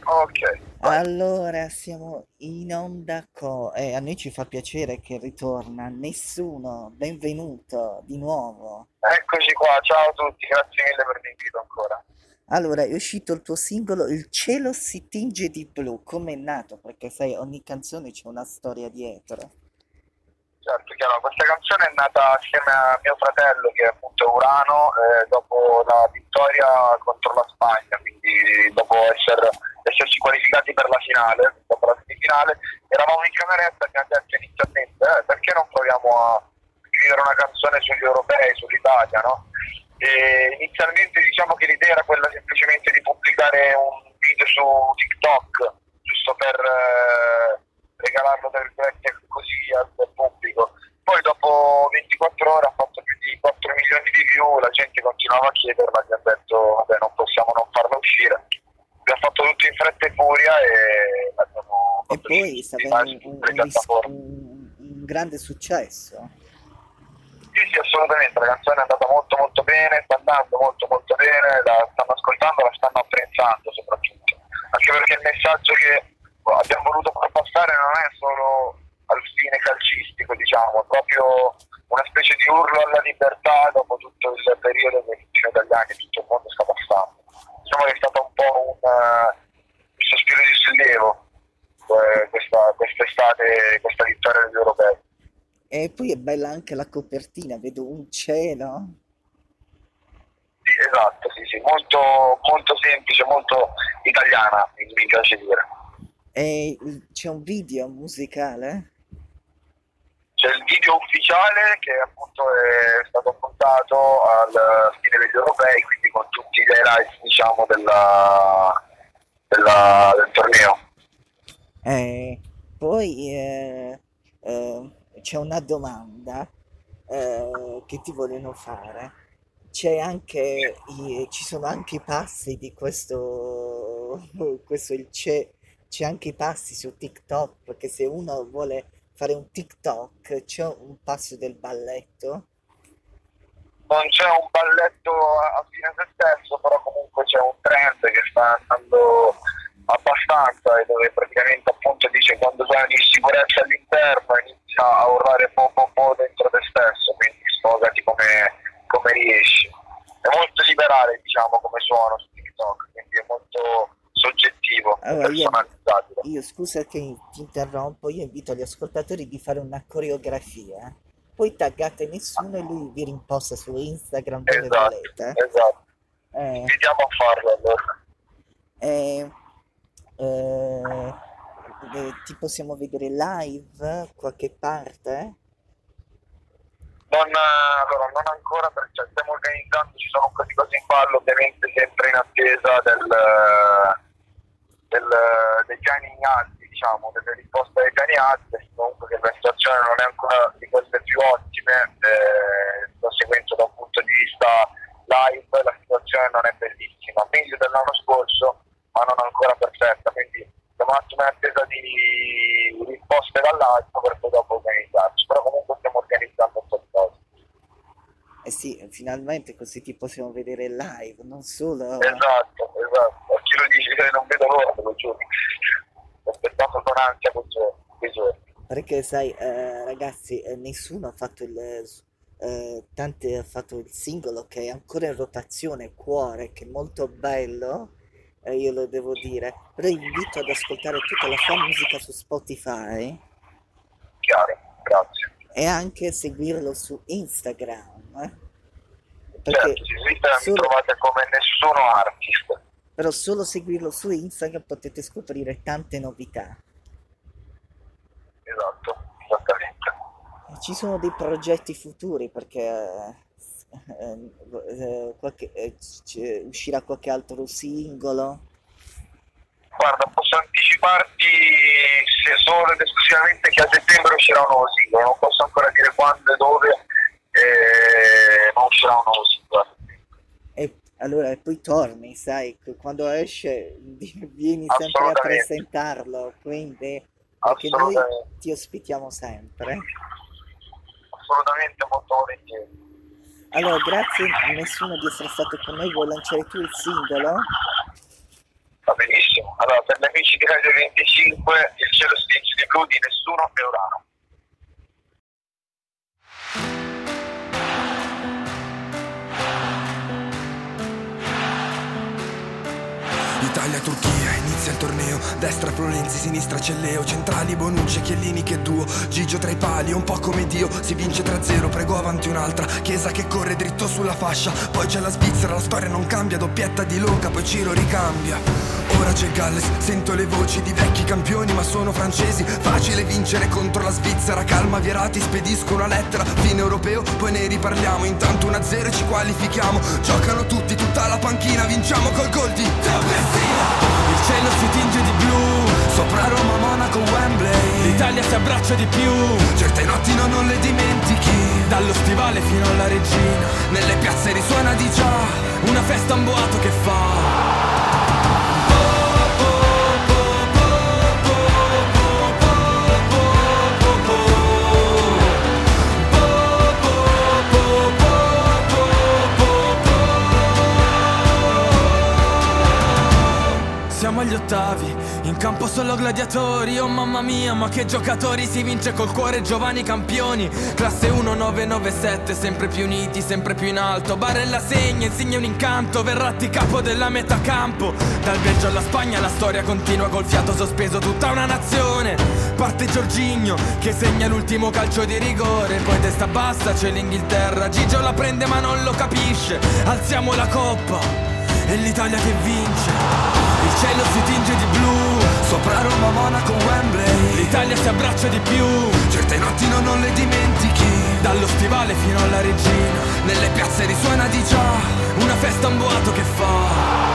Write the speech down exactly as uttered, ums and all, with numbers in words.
Ok, vai. Allora, siamo in onda co... e a noi ci fa piacere che ritorna nessuno. Benvenuto di nuovo. Eccoci qua, ciao a tutti, grazie mille per l'invito ancora. Allora, è uscito il tuo singolo Il cielo si tinge di blu. Com'è nato? Perché sai, ogni canzone c'è una storia dietro. Certo, chiaro, questa canzone è nata assieme a mio fratello che è appunto Urano, eh, dopo la vittoria contro la Spagna, quindi dopo esser- esserci qualificati per la finale, dopo la semifinale, eravamo in cameretta e abbiamo detto inizialmente, eh, perché non proviamo a scrivere una canzone sugli europei, sull'Italia, no? E inizialmente diciamo che l'idea era quella semplicemente di pubblicare un video su TikTok, giusto per eh, regalarlo tra virgolette così al, al pubblico. Poi dopo ventiquattro ore ha fatto più di quattro milioni di view, la gente continuava a chiederla, abbiamo detto vabbè non possiamo non farla uscire. Abbiamo fatto tutto in fretta e furia e l'abbiamo E fatto poi sta uscire avendo su un, un- tutte le un ris- piattaforme. un- un grande successo. Sì, sì, assolutamente, la canzone è andata molto molto bene, sta andando molto molto bene, la stanno ascoltando, la stanno apprezzando soprattutto, anche perché il messaggio che abbiamo voluto far passare non è solo al fine calcistico, diciamo, è proprio una specie di urlo alla libertà dopo tutto il periodo che fino agli anni tutto il mondo sta passando. Diciamo che è stato un po' un, uh, un sospiro di sollievo eh, questa, quest'estate, questa vittoria degli europei. E poi è bella anche la copertina, vedo un cielo. Sì, esatto, sì, sì, molto, molto semplice, molto italiana, mi, mi piace dire. E il- c'è un video musicale. C'è il video ufficiale che appunto è stato montato al fine degli europei, quindi con tutti gli highlights diciamo della, della, del torneo. E poi eh, eh, c'è una domanda eh, che ti vogliono fare. C'è anche, i- ci sono anche i passi di questo, questo il c'è, c'è anche i passi su TikTok, perché se uno vuole fare un TikTok c'è un passo del balletto. Non c'è un balletto a, a fine se stesso, però comunque c'è un trend che sta andando abbastanza e dove praticamente appunto dice quando sei in sicurezza all'interno inizia a urlare po po po dentro te stesso, quindi sfogati come, come riesci. È molto liberale diciamo come suono su TikTok, quindi è molto soggettivo e Allora, io, personalizzabile. io scusa che ti interrompo, io invito gli ascoltatori di fare una coreografia, poi taggate nessuno e lui vi rimposta su Instagram dove Esatto, volete. esatto. Eh, Invitiamo a farlo allora. eh, eh, eh, Ti possiamo vedere live qualche parte? Non, eh, allora, non ancora perché stiamo organizzando, ci sono un po' di cose in ballo, ovviamente sempre in attesa del, del, dei piani alti, diciamo, delle risposte ai piani alti, perché comunque che la situazione non è ancora di quelle più ottime, eh, conseguenza da un punto di vista live la situazione non è bellissima, meglio dell'anno scorso, ma non ancora perfetta, quindi siamo un attimo in attesa di risposte dall'alto per poi dopo organizzarci, però comunque stiamo organizzando un po' di cose. Eh sì, finalmente così ti possiamo vedere live, non solo. Esatto, esatto. A chi lo dice che non vedo l'ora, te lo giuro. Ho aspettato con ansia quei giorni. Quei giorni. Perché sai, eh, ragazzi, eh, nessuno ha fatto il, eh, tanti ha fatto il singolo che è ancora in rotazione, Cuore, che è molto bello, eh, io lo devo dire, però invito ad ascoltare tutta la sua musica su Spotify Chiaro, grazie. e anche seguirlo su Instagram, eh, perché Certo, su Instagram mi solo, trovate come nessuno artist. però solo seguirlo su Instagram potete scoprire tante novità. Esatto, esattamente. Ci sono dei progetti futuri perché eh, eh, qualche- eh, c- uscirà qualche altro singolo. Guarda, posso anticiparti se solo ed esclusivamente che a settembre uscirà un nuovo singolo, non posso ancora dire quando e dove, eh, ma uscirà un nuovo singolo. E allora e poi torni, sai, che quando esce vi- vieni sempre a Assolutamente, presentarlo, quindi perché noi assolutamente, ti ospitiamo sempre. assolutamente molto volentieri. Allora, grazie a nessuno di essere stato con noi, vuoi lanciare tu il singolo? Va benissimo. Allora, per gli amici di Radio venticinque, il cielo si tinge di blu di Nessuno è Urano. Italia-Turchia, inizia il torneo. Destra Florenzi, sinistra Celleo. Centrali Bonucci e Chiellini, che duo. Gigio tra i pali, un po' come Dio. Si vince tre a zero, prego avanti un'altra. Chiesa che corre dritto sulla fascia. Poi c'è la Svizzera, la storia non cambia. Doppietta di Lonca, poi Ciro ricambia. Ora c'è Galles, sento le voci di vecchi campioni ma sono francesi. Facile vincere contro la Svizzera. Calma Vierati, spedisco una lettera. Fine europeo, poi ne riparliamo. Intanto uno a zero e ci qualifichiamo. Giocano tutti, tutta la panchina. Vinciamo col gol di Teo Messia. Il cielo si tinge di blu, sopra Roma, Monaco, Wembley. L'Italia si abbraccia di più, certe notti no, non le dimentichi. Dallo stivale fino alla regina, nelle piazze risuona di già una festa, un boato che fa. Siamo agli ottavi, in campo solo gladiatori. Oh mamma mia, ma che giocatori! Si vince col cuore, giovani campioni. Classe uno nove nove sette, sempre più uniti, sempre più in alto. Barella segna, insegna un incanto. Verratti capo della metà campo. Dal Belgio alla Spagna la storia continua col fiato sospeso, tutta una nazione. Parte Giorginio che segna l'ultimo calcio di rigore. Poi testa bassa c'è l'Inghilterra. Gigio la prende ma non lo capisce. Alziamo la coppa, è l'Italia che vince. Il cielo si tinge di blu, sopra Roma, Monaco, Wembley. L'Italia si abbraccia di più, certe notti no, non le dimentichi. Dallo stivale fino alla regina, nelle piazze risuona di già una festa, un boato che fa.